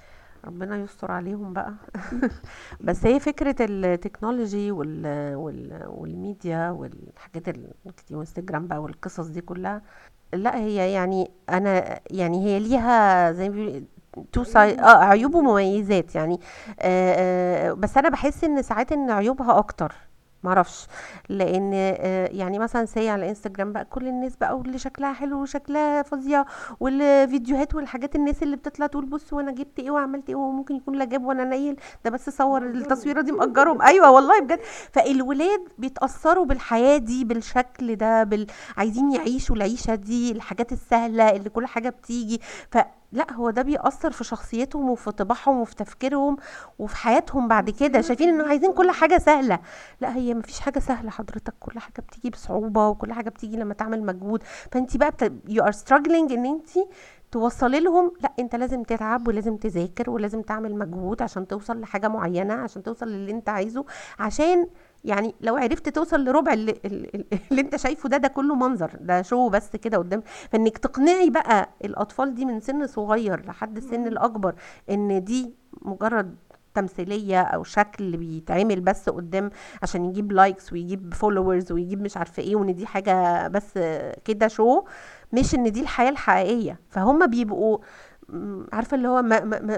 ربنا يستر عليهم بقى. بس هي فكرة التكنولوجي والميديا والحاجات الانستجرام بقى والقصص دي كلها، لا هي يعني انا يعني هي ليها زي ما بيقولوا عيوب ومميزات يعني. بس انا بحس ان ساعات ان عيوبها اكتر، معرفش، لان يعني مثلا سي على الانستجرام بقى كل الناس بقى واللي شكلها حلو وشكلها فظيع، والفيديوهات والحاجات الناس اللي بتطلع تقول بص وانا جبت ايه وعملت ايه، وممكن يكون لا جاب وانا نايل، ده بس صور التصويره دي مأجرهم. ايوه والله بجد. فالولاد بيتأثروا بالحياه دي بالشكل ده، عايزين يعيشوا العيشه دي، الحاجات السهله اللي كل حاجه بتيجي. لا هو ده بيأثر في شخصيتهم وفي طباعهم وفي تفكيرهم وفي حياتهم بعد كده، شايفين انه عايزين كل حاجة سهلة. لا هي مفيش حاجة سهلة حضرتك، كل حاجة بتيجي بصعوبة وكل حاجة بتيجي لما تعمل مجهود. فانت بقى you are struggling ان انت توصلي لهم لا انت لازم تتعب ولازم تذاكر ولازم تعمل مجهود عشان توصل لحاجة معينة، عشان توصل للي انت عايزه. عشان يعني لو عرفت توصل لربع اللي انت شايفه ده كله منظر، ده شو بس كده قدام. فانك تقنعي بقى الاطفال دي من سن صغير لحد السن الاكبر ان دي مجرد تمثيلية او شكل بيتعمل بس قدام عشان يجيب لايكس ويجيب فولورز ويجيب مش عارفه ايه، وان دي حاجة بس كده شو، مش ان دي الحياة الحقيقية. فهم بيبقوا عارفة اللي هو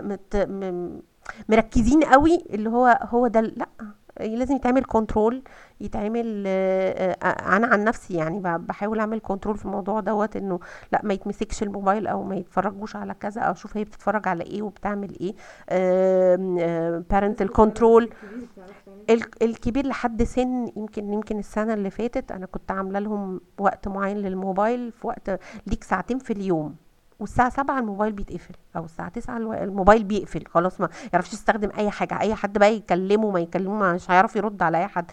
مركزين قوي اللي هو ده. لا لازم يتعمل كنترول، يتعمل انا عن نفسي يعني بحاول اعمل كنترول في الموضوع دوت، انه لا ما يتمسكش الموبايل او ما يتفرجوش على كذا، او اشوف هي بتتفرج على ايه وبتعمل ايه. parental control. الكبير لحد سن يمكن السنة اللي فاتت انا كنت عامله لهم وقت معين للموبايل، في وقت ليك ساعتين في اليوم، والساعة 7 الموبايل بيتقفل، او الساعة 9 الموبايل بيقفل خلاص، ما يعرفش يستخدم اي حاجة. اي حد بقى يكلمه ما يكلمه مش هيعرف يرد على اي حد.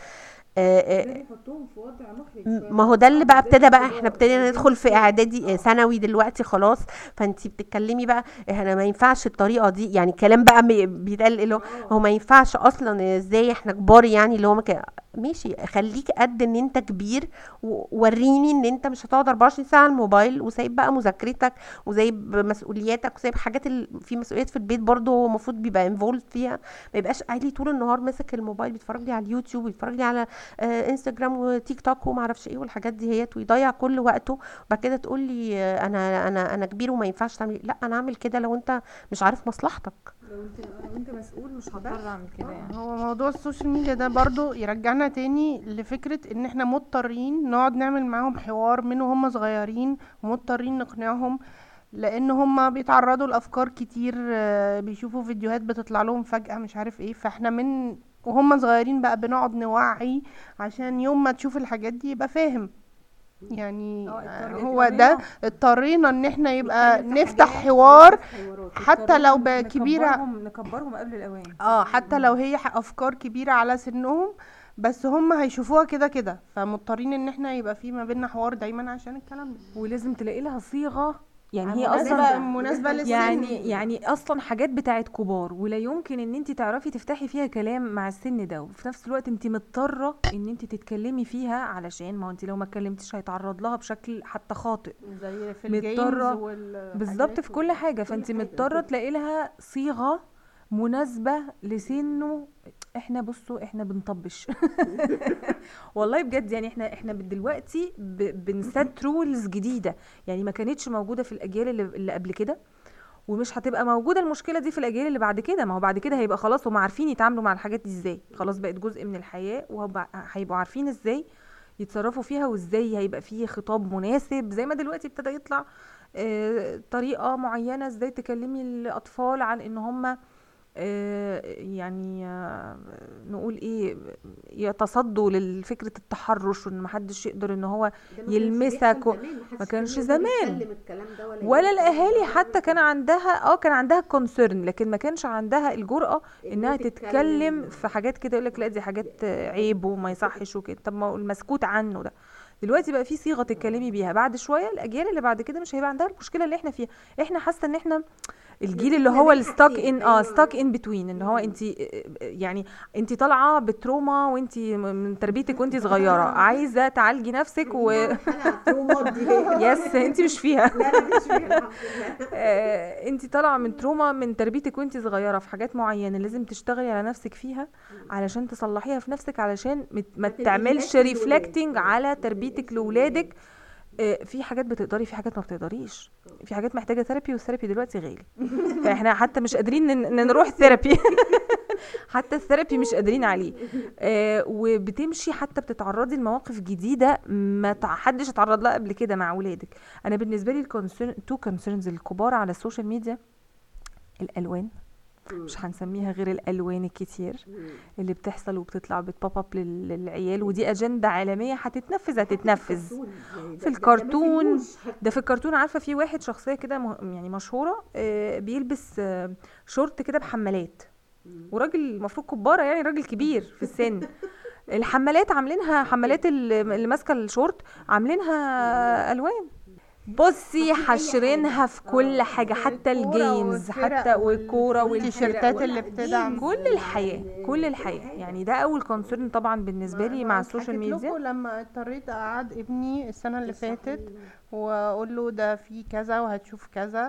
ما هو ده اللي بقى ابتدى بقى احنا ابتدينا ندخل في اعدادي ثانوي دلوقتي خلاص. فانتي بتتكلمي بقى احنا ما ينفعش الطريقه دي، يعني كلام بقى بيتقال اللي هو ما ينفعش اصلا، ازاي احنا كبار يعني اللي هو ماشي خليك قد ان انت كبير ووريني ان انت مش هتقعد 24 ساعه على الموبايل، وسايب بقى مذاكرتك وسايب مسؤولياتك وسايب حاجات في مسؤوليات في البيت برضو المفروض بيبقى انفولد فيها. ما يبقاش قاعد طول النهار ماسك الموبايل بيتفرج لي على اليوتيوب بيتفرج لي على انستجرام وتيك توك وما اعرفش ايه والحاجات دي هيت، ويضيع كل وقته. وبعد كده تقول لي انا كبير وما ينفعش تعمل. لا انا اعمل كده لو انت مش عارف مصلحتك، لو انت مسؤول مش هضطر اعمل كده يعني. هو موضوع السوشيال ميديا ده برضو يرجعنا تاني لفكرة ان احنا مضطرين نقعد نعمل معاهم حوار من وهم صغيرين، ومضطرين نقنعهم، لان هم بيتعرضوا لافكار كتير، بيشوفوا فيديوهات بتطلع لهم فجأة مش عارف ايه. فاحنا من وهم صغيرين بقى بنقعد نوعي عشان يوم ما تشوف الحاجات دي يبقى فاهم يعني. هو ده اضطرينا ان احنا يبقى نفتح حوار حتى لو كبيرة، نكبرهم قبل الاوان. حتى لو هي افكار كبيرة على سنهم، بس هم هيشوفوها كده كده. فمضطرين ان احنا يبقى في ما بيننا حوار دايما عشان الكلام ده. ولازم تلاقي لها صيغة يعني هي اصلا مناسبه للسن، يعني اصلا حاجات بتاعت كبار، ولا يمكن ان انت تعرفي تفتحي فيها كلام مع السن ده، وفي نفس الوقت انت مضطره ان انت تتكلمي فيها، علشان ما انت لو ما اتكلمتيش هيتعرض لها بشكل حتى خاطئ زي في الجيمز بالظبط في كل حاجه. فانت مضطره تلاقي لها صيغه مناسبه لسنه. احنا بصوا احنا بنطبش والله بجد يعني احنا دلوقتي بنسات رولز جديده يعني ما كانتش موجوده في الاجيال اللي قبل كده، ومش هتبقى موجوده المشكله دي في الاجيال اللي بعد كده. ما هو بعد كده هيبقى خلاص هم عارفين يتعاملوا مع الحاجات دي ازاي، خلاص بقت جزء من الحياه، وهيبقوا عارفين ازاي يتصرفوا فيها، وازاي هيبقى فيه خطاب مناسب. زي ما دلوقتي ابتدى يطلع طريقه معينه ازاي تكلمي الاطفال عن ان هم يعني نقول ايه يتصدوا لفكرة التحرش، وان محدش يقدر ان هو يلمسك. ما كانش زمان ولا الاهالي حتى كان عندها كونسيرن، لكن ما كانش عندها الجرأة انها تتكلم في حاجات كده. يقولك لا دي حاجات عيب وما يصحش وكده. طب ما المسكوت عنه ده دلوقتي بقى في صيغة تتكلمي بيها. بعد شوية الاجيال اللي بعد كده مش هيبقى عندها المشكلة اللي احنا فيها. احنا حاسة ان احنا الجيل اللي هو ستاك ان بتوين، ان هو انت يعني انت طالعه بتروما وانت من تربيتك وانت صغيره، عايزه تعالجي نفسك يس انت مش فيها. لا لا مش فيها الحمد لله. انت طالعه من تروما من تربيتك وانت صغيره في حاجات معينه لازم تشتغلي على نفسك فيها علشان تصلحيها في نفسك، علشان ما تعملش تنقلهاش ريفلكتنج للولاد. على تربيتك لاولادك. في حاجات بتقدري، في حاجات ما بتقدريش، في حاجات محتاجه ثيرابي، والثيرابي دلوقتي غالي. فاحنا حتى مش قادرين نروح ثيرابي. حتى الثيرابي مش قادرين عليه. وبتمشي حتى بتتعرضي لمواقف جديده ما حدش اتعرض لها قبل كده مع اولادك. انا بالنسبه لي تو كونسيرنز الكبار على السوشيال ميديا الالوان، مش هنسميها غير الالوان الكتير اللي بتحصل وبتطلع بتبوب اب للعيال، ودي اجنده عالميه هتتنفذ في الكرتون. ده في الكرتون عارفه في واحد شخصيه كده يعني مشهوره بيلبس شورت كده بحمالات، وراجل المفروض كباره يعني راجل كبير في السن. الحمالات عاملينها، حمالات اللي ماسكه الشورت عاملينها الوان. بصي حاشرينها في كل حاجه، حتى الجيمز، حتى والكوره والتيشيرتات اللي بتدعم كل الحياه. يعني ده اول كونسيرن طبعا بالنسبه لي مع السوشيال ميديا. لما اضطريت اقعد ابني السنه اللي فاتت واقول له ده في كذا وهتشوف كذا،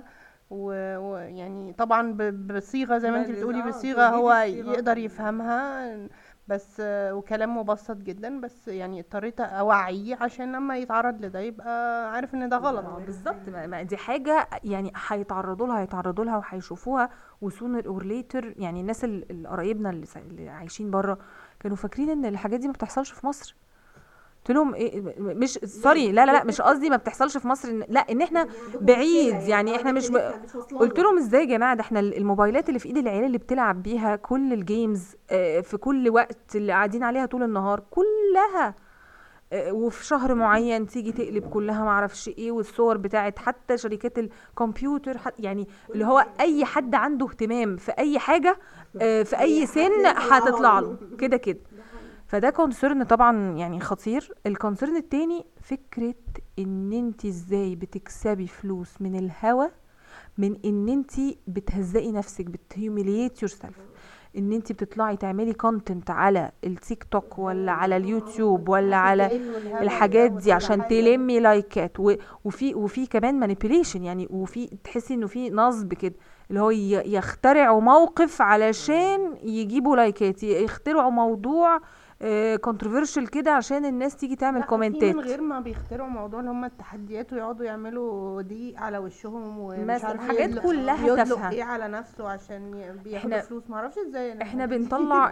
ويعني طبعا بصيغه زي ما انت بتقولي، بصيغه هو يقدر يفهمها، بس وكلام مبسط جدا، بس يعني اضطريت اوعيه عشان لما يتعرض لده يبقى عارف ان ده غلط. بالظبط، ما دي حاجه يعني هيتعرضوا لها وهيشوفوها، وسونر اور ليتر. يعني الناس اللي قرايبنا اللي عايشين بره كانوا فاكرين ان الحاجات دي ما بتحصلش في مصر. قلت لهم إيه؟ مش سوري، لا مش قصدي ما بتحصلش في مصر، لا ان احنا بعيد، يعني احنا مش قلت لهم ازاي يا جماعه، ده احنا الموبايلات اللي في ايد العيال اللي بتلعب بيها كل الجيمز في كل وقت اللي قاعدين عليها طول النهار كلها، وفي شهر معين تيجي تقلب كلها معرفش ايه، والصور بتاعت حتى شركات الكمبيوتر يعني اللي هو اي حد عنده اهتمام في اي حاجه في اي سن هتطلع له كده. فده كونسيرن طبعا يعني خطير. الكونسيرن التاني فكرة ان انت ازاي بتكسبي فلوس من الهوا، من ان انت بتهزقي نفسك، بتهيوميليت يور سيلف، ان انت بتطلعي تعملي كونتنت على التيك توك ولا على اليوتيوب ولا على الحاجات دي عشان تلمي لايكات، وفي كمان مانيبيوليشن، يعني وفي تحسي انه في نصب كده، اللي هو يخترعوا موقف علشان يجيبوا لايكات، يخترعوا موضوع كونتروفيرشل كده عشان الناس تيجي تعمل كومنتات، من غير ما بيخترعوا موضوع اللي هم التحديات ويقعدوا يعملوا دي على وشهم، ومش عارف حاجات كلها تافهه ايه على نفسه عشان بياخدوا فلوس. ما اعرفش ازاي احنا بنطلع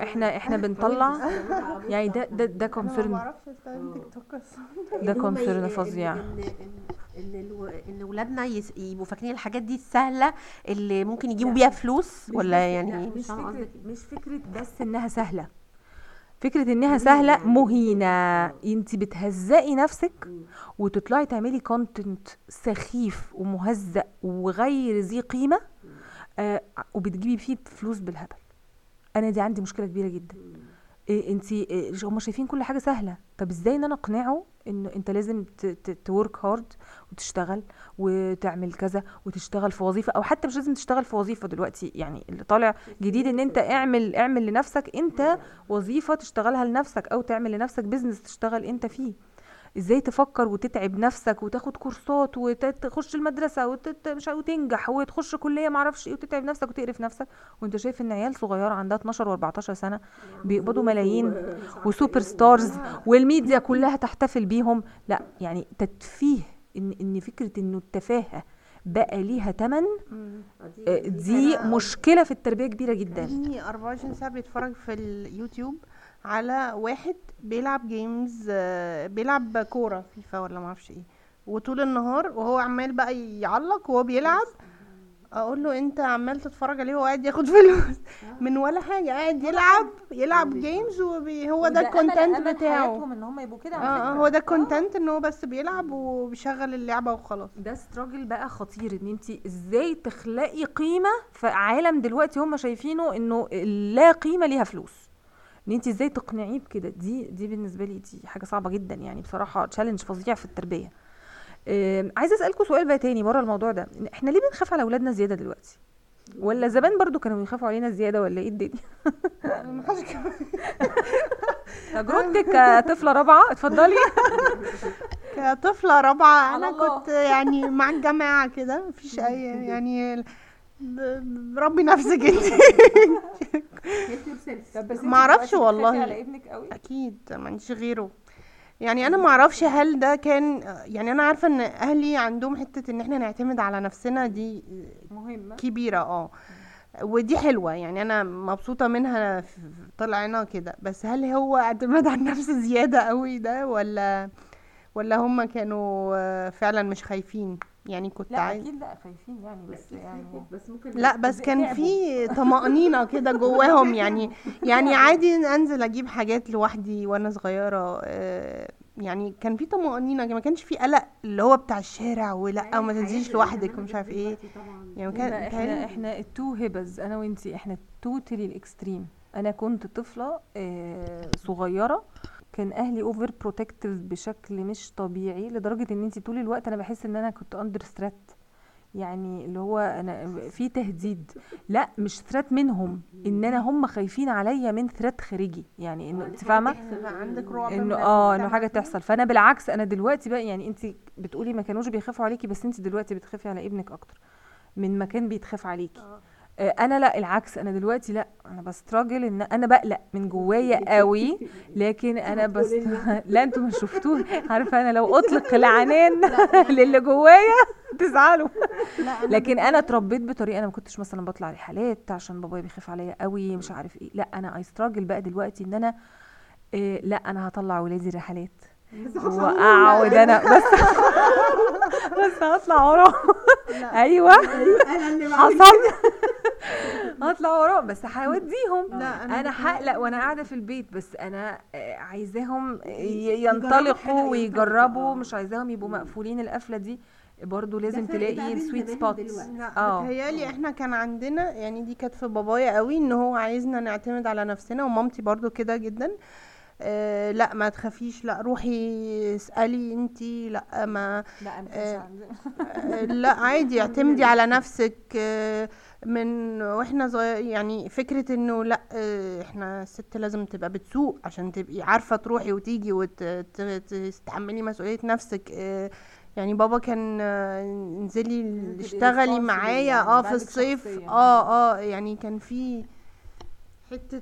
يعني ده كونسيرن، ما اعرفش استخدم تيك توك، ده كونسيرن فظيع. ان ولادنا يبقوا فاكرين الحاجات دي السهله اللي ممكن يجيبوا بيها فلوس، ولا يعني مش فكره بس انها سهله، فكرة انها سهلة مهينة. انت بتهزقي نفسك وتطلعي تعملي كونتنت سخيف ومهزق وغير ذي قيمة، وبتجيبي فيه فلوس بالهبل. انا دي عندي مشكلة كبيرة جدا. انت هم شايفين كل حاجة سهلة، طب ازاي ان انا اقنعه ان انت لازم تورك هارد وتشتغل وتعمل كذا وتشتغل في وظيفة، او حتى مش لازم تشتغل في وظيفة دلوقتي، يعني اللي طالع جديد ان انت اعمل لنفسك انت وظيفة تشتغلها لنفسك، او تعمل لنفسك بيزنس تشتغل انت فيه. ازاي تفكر وتتعب نفسك وتاخد كورسات وتخش المدرسة وتنجح وتخش كلية معرفش ايه، وتتعب نفسك وتقرف نفسك وانت شايف ان عيال صغيرة عندها 12 و14 سنة بيقبضوا ملايين وسوبر ستارز والميديا كلها تحتفل بيهم. لا يعني تتفيه، ان فكرة انه التفاهة بقى ليها تمن، دي مشكلة في التربية كبيرة جدا. 24 ساعة بيتفرج في اليوتيوب على واحد بيلعب جيمز، بيلعب كورة فيفا ولا ما اعرفش ايه، وطول النهار وهو عمال بقى يعلق وهو بيلعب. اقول له انت عمال تتفرج عليه وهو قاعد ياخد فلوس من ولا حاجه، قاعد يلعب جيمز، وهو ده الكونتنت بتاعه، ان هم يبقوا كده. هو ده الكونتنت، ان هو بس بيلعب وبيشغل اللعبه وخلاص. ده ستراجل بقى خطير، ان انت ازاي تخلقي قيمه في عالم دلوقتي هم شايفينه انه لا قيمه ليها فلوس، ان انت ازاي تقنعيه بكده. دي بالنسبه لي دي حاجه صعبه جدا، يعني بصراحه تشالنج فظيع في التربيه. عايزه اسالكم سؤال بقى تاني بره الموضوع ده، احنا ليه بنخاف على اولادنا زياده دلوقتي؟ ولا زمان برضو كانوا بيخافوا علينا زياده، ولا ايه الدنيا؟ تجربتك كطفله رابعه اتفضلي. كطفله رابعه انا الله. كنت يعني مع الجماعه كده مفيش اي يعني ربي نفسك انت. ما اعرفش والله. على ابنك قوي. اكيد ما عنديش غيره. يعني انا ما اعرفش هل ده كان، يعني انا عارفه ان اهلي عندهم حته ان احنا نعتمد على نفسنا دي مهمه. كبيره ودي حلوه، يعني انا مبسوطه منها طلعنا كده. بس هل هو اعتماد على النفس زياده قوي ده ولا هم كانوا فعلا مش خايفين؟ يعني كنت لا عايز اكيد لا خايفين يعني، بس يعني بس ممكن لا بس كان في طمأنينة كده جواهم يعني عادي انزل اجيب حاجات لوحدي وانا صغيرة. يعني كان في طمأنينة، ما كانش في قلق اللي هو بتاع الشارع ولا وما تنزليش لوحدك ومش عارف ايه. يعني احنا التو هبز، انا وانتي احنا توتالي الاكستريم. انا كنت طفله صغيره، كان اهلي اوفر بروتكتيف بشكل مش طبيعي، لدرجه ان انتي طول الوقت انا بحس ان انا كنت اندر ثريت، يعني اللي هو انا في تهديد، لا مش ثريت منهم، ان انا هم خايفين عليا من ثريت خارجي، يعني انه انت فاهمه عندك رعب انه حاجه تحصل. فانا بالعكس انا دلوقتي بقى، يعني انت بتقولي ما كانوش بيخافوا عليكي، بس انت دلوقتي بتخافي على ابنك اكتر من ما كان بيتخاف عليكي. انا لا العكس، انا دلوقتي لا انا بستراجل ان انا بقلق من جوايا قوي، لكن انا بس لا انتوا ما شفتوه، عارفه انا لو اطلق العنان للي جوايا تزعلوا. لكن انا اتربيت بطريقه، انا ما كنتش مثلا بطلع رحلات عشان بابايا بيخاف عليا قوي مش عارف ايه، لا انا استراجل بقى دلوقتي ان انا لا انا هطلع ولادي رحلات واقعد انا بس هطلع وراه. ايوه حصل هطلع وراه بس هوديهم. انا هقلق وانا قاعده في البيت، بس انا عايزاهم ينطلقوا ويجربوا، مش عايزاهم يبقوا مقفولين القفله دي. برضو لازم تلاقي السويت سبوت. بتهيالي احنا كان عندنا، يعني دي كانت في بابايا قوي ان هو عايزنا نعتمد على نفسنا، ومامتي برضو كده جدا. لا ما تخافيش، لا روحي اسألي انتي، لا ما لا عادي اعتمدي على نفسك. من واحنا صغير يعني فكرة انه لا احنا الست لازم تبقى بتسوق عشان تبقي عارفة تروحي وتيجي وتستحملي مسؤولية نفسك. يعني بابا كان انزلي اشتغلي معايا في الصيف. يعني كان في حتة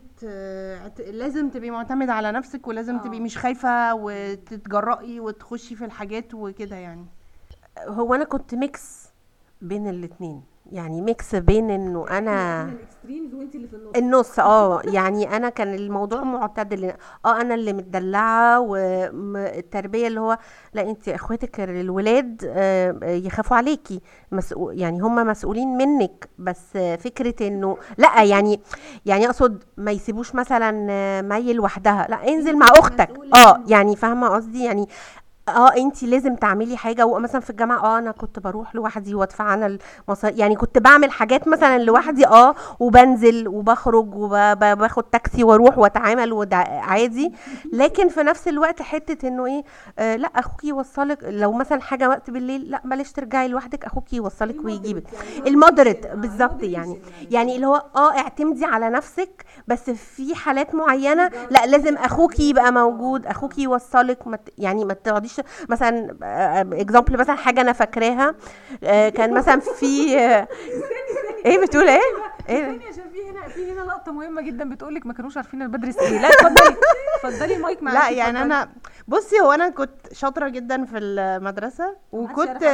لازم تبقي معتمدة على نفسك، ولازم تبقي مش خايفة وتتجرأي وتخشي في الحاجات وكده. يعني هو انا كنت ميكس بين الاتنين، يعني ميكس بين انه انا الاكستريمز وانت اللي في النص. يعني انا كان الموضوع معتدل، انا اللي متدلعه، والتربيه اللي هو لا انت اخواتك الولاد يخافوا عليكي، يعني هم مسؤولين منك، بس فكره انه لا يعني اقصد ما يسيبوش مثلا مي لوحدها، لا انزل مع اختك. يعني فاهمه قصدي، يعني انتي لازم تعملي حاجه. ومثلا في الجامعه انا كنت بروح لوحدي وادفع انا المصاريف، يعني كنت بعمل حاجات مثلا لوحدي وبنزل وبخرج وباخد تاكسي واروح واتعامل وده عادي. لكن في نفس الوقت حته انه ايه لا اخوكي يوصلك، لو مثلا حاجه وقت بالليل لا بلاش ترجعي لوحدك، اخوكي يوصلك ويجيبك. المودريت بالظبط، يعني اللي هو اعتمدي على نفسك، بس في حالات معينه لا لازم اخوكي يبقى موجود، اخوكي يوصلك، يعني ما تقعديش مثلا اكزامبل. مثلا حاجه انا فاكراها كان مثلا في ايه بتقول ايه عشان في هنا لقطه مهمه جدا بتقولك ما كانوش عارفين انا بدرس ايه. لا اتفضلي المايك معاكي. لا يعني انا بصي، هو انا كنت شاطره جدا في المدرسه وكنت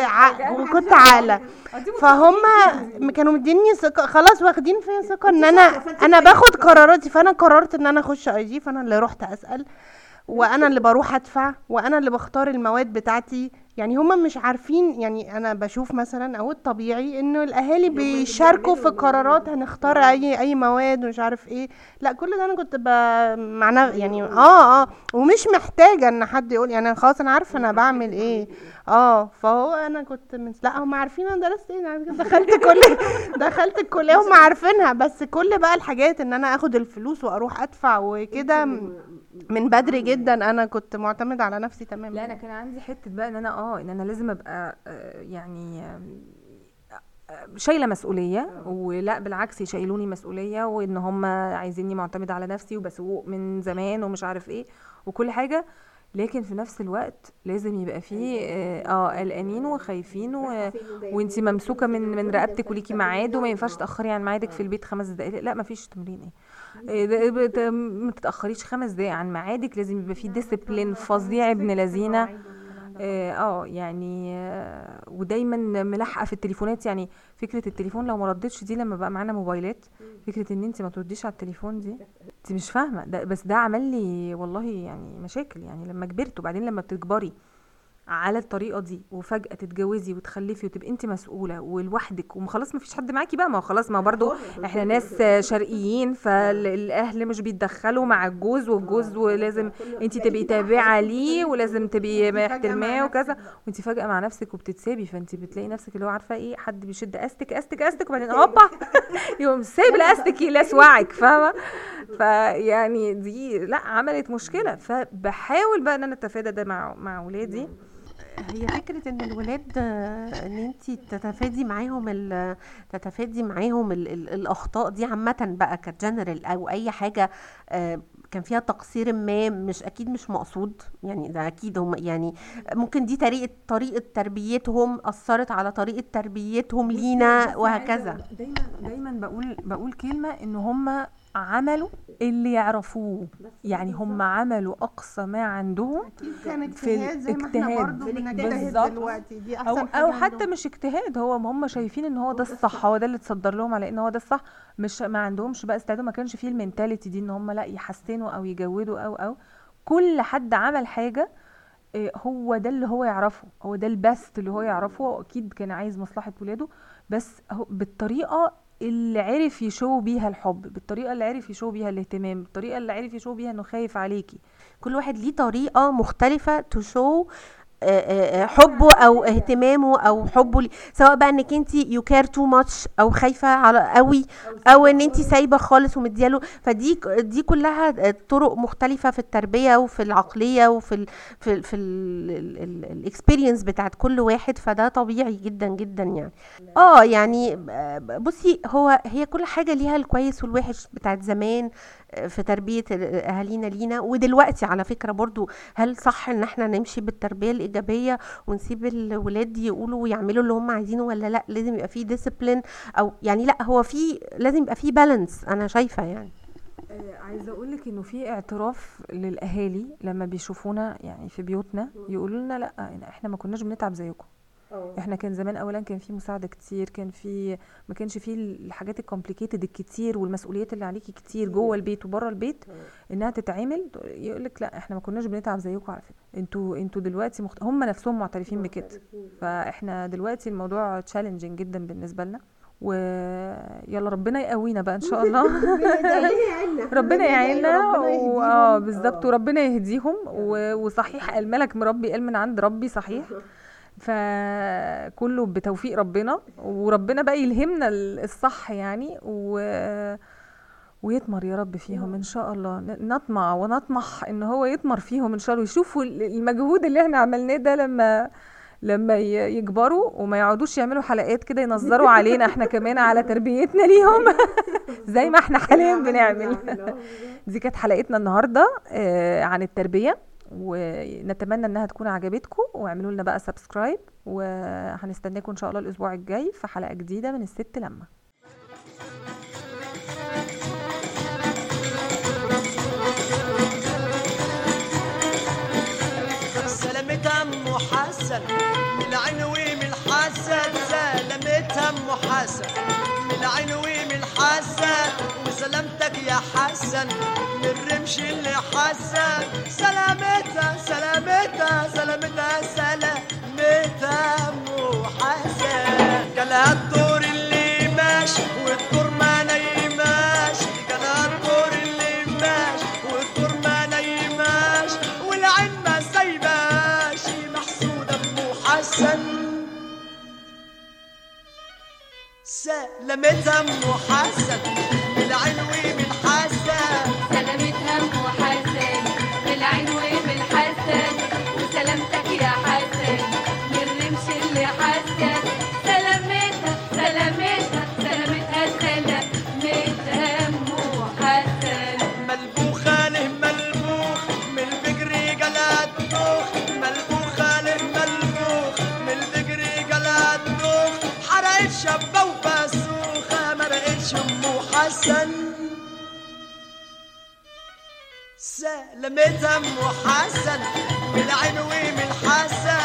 عاقله، فهم كانوا مديني ثقه، خلاص واخدين فيا ثقه ان انا باخد قراراتي. فانا قررت ان انا اخش IG، فانا اللي رحت اسال، وانا اللي بروح ادفع، وانا اللي بختار المواد بتاعتي. يعني هما مش عارفين، يعني انا بشوف مثلا او الطبيعي انه الاهالي بيشاركوا في القرارات، هنختار اي مواد ومش عارف ايه. لا كل ده انا كنت معنا يعني ومش محتاجه ان حد يقول، يعني خلاص انا عارفه انا بعمل ايه. فهو انا كنت لا هم عارفين انا درست ايه، انا دخلت الكليه هم عارفينها، بس كل بقى الحاجات ان انا اخد الفلوس واروح ادفع وكده من بدري جدا انا كنت معتمد على نفسي تماما. لا انا كان عندي حته بقى ان انا ان انا لازم ابقى يعني شايله مسؤوليه، ولا بالعكس يشيلوني مسؤوليه، وان هم عايزيني معتمده على نفسي وبسوق من زمان ومش عارف ايه وكل حاجه. لكن في نفس الوقت لازم يبقى فيه قلقانين وخايفين وانتي ممسوكه من رقبتك وليكي ميعاد، وما ينفعش تاخري عن ميعادك في البيت 5 دقائق. لا مفيش تمرين ما تتاخريش 5 دقائق عن ميعادك. لازم يبقى فيه ديسيبلين فظيع ابن لذينه. يعني ودايما ملحقه في التليفونات. يعني فكره التليفون لو ما ردتش دي، لما بقى معانا موبايلات، فكره ان انت ما ترديش على التليفون دي انت مش فاهمه ده، بس ده عمل لي والله يعني مشاكل. يعني لما كبرت، وبعدين لما بتكبري على الطريقه دي وفجاه تتجوزي وتخلفي وتبقي انت مسؤوله ولوحدك وخلاص ما فيش حد معاكي بقى، ما خلاص، ما برضو احنا ناس شرقيين، فالاهل مش بيتدخلوا مع الجوز، والجوز ولازم انت تبقي تابعه ليه ولازم تبقي محترماه وكذا، وانت فجاه مع نفسك وبتتسابي. فانت بتلاقي نفسك اللي هو عارفه ايه، حد بيشد استك وبعدين هوبا يقوم سايب الاستك يلاس وعك، فاهمه؟ فيعني دي لا عملت مشكله. فبحاول بقى ان انا اتفادى ده مع ولادي. هي فكرة ان الولاد ان انتي تتفادي معاهم الاخطاء دي عامة بقى كجنرال او اي حاجة كان فيها تقصير ما، مش اكيد مش مقصود، يعني ده اكيد هم يعني ممكن دي طريقة تربيتهم اثرت على طريقة تربيتهم لينا وهكذا. دايما بقول كلمة ان هم عملوا اللي يعرفوه، يعني هم عملوا اقصى ما عندهم كان في اجتهاد زي ما احنا برضه بنجتهد دلوقتي. دي احسن او حتى مش اجتهاد، هم شايفين ان هو ده الصح، هو ده اللي اتصدر لهم على ان هو ده الصح. مش ما عندهمش بقى استعداد، ما كانش فيه المينتاليتي دي ان هم لا يحسنوا او يجودوا او كل حد عمل حاجة هو ده اللي هو يعرفه، هو ده البست اللي هو يعرفه. اكيد كان عايز مصلحة ولاده، بس بالطريقة اللي عرف يشو بيها الحب، بالطريقة اللي عرف يشو بيها الاهتمام، بالطريقة اللي عرف يشو بيها انه خايف عليكي. كل واحد ليه طريقة مختلفة تشو حبه او اهتمامه او حبه سواء بقى انك انت you care too much او خايفه على قوي، او ان انت سايبه خالص ومدياله. فدي كلها طرق مختلفه في التربيه وفي العقليه وفي في الاكسبيرينس بتاعت كل واحد. فده طبيعي جدا جدا يعني. يعني بصي، هي كل حاجه ليها الكويس والوحش بتاعت زمان في تربيه اهالينا لينا، ودلوقتي على فكره برضو. هل صح ان احنا نمشي بالتربيه الايجابيه ونسيب الولاد يقولوا ويعملوا اللي هم عايزينه، ولا لا لازم يبقى فيه ديسيبلين؟ او يعني لا، هو لازم يبقى فيه بالانس، انا شايفه يعني. عايزه اقول لك انه في اعتراف للاهالي لما بيشوفونا يعني في بيوتنا، يقولوا لنا لا احنا ما كناش بنتعب زيكم. احنا كان زمان اولا كان في مساعده كتير، ما كانش في الحاجات الكومبليكيتد الكتير والمسؤوليات اللي عليكي كتير جوه البيت وبره البيت انها تتعمل. يقولك لا احنا ما كناش بنتعب زيكم على فكره، انتوا دلوقتي هم نفسهم معترفين بكده. فاحنا دلوقتي الموضوع تشالنجينج جدا بالنسبه لنا، ويلا ربنا يقوينا بقى ان شاء الله. ربنا يعيننا بالظبط، وربنا يهديهم. وصحيح الملك مربي قال من عند ربي، صحيح. فكله بتوفيق ربنا، وربنا بقى يلهمنا الصح يعني، ويتمر يا رب فيهم ان شاء الله. نطمع ونطمح ان هو يتمر فيهم ان شاء الله، ويشوفوا المجهود اللي احنا عملناه ده لما يكبروا وما يقعدوش يعملوا حلقات كده ينظروا علينا احنا كمان على تربيتنا ليهم زي ما احنا حاليا بنعمل. دي كانت حلقتنا النهارده عن التربيه، ونتمنى انها تكون عجبتكم. واعملوا لنا بقى سبسكرايب، وهنستناكم ان شاء الله الاسبوع الجاي في حلقه جديده من الست لما. سلامتها ام حسن من العين ومن الحسن، سلامتها ام حسن من العين ومن الحسن، وسلامتك يا حسن من الرمش اللي حسن. سلامتها سلامتها سلامتها سلامتها ام حسن. جالها الدور اللي ماشي والدور ما نايماش، جالها الدور اللي ماشي والدور ما نايماش، والعين ما سايباش محسودة ام حسن. سلامتها ام حسن من العين ومن حسن، سلامتها ام حسن من العين ومن حسن، وسلامتك يا حسن من الرمش اللي حسن. سلامتها سلامتها ام حسن من العين ومن الحسن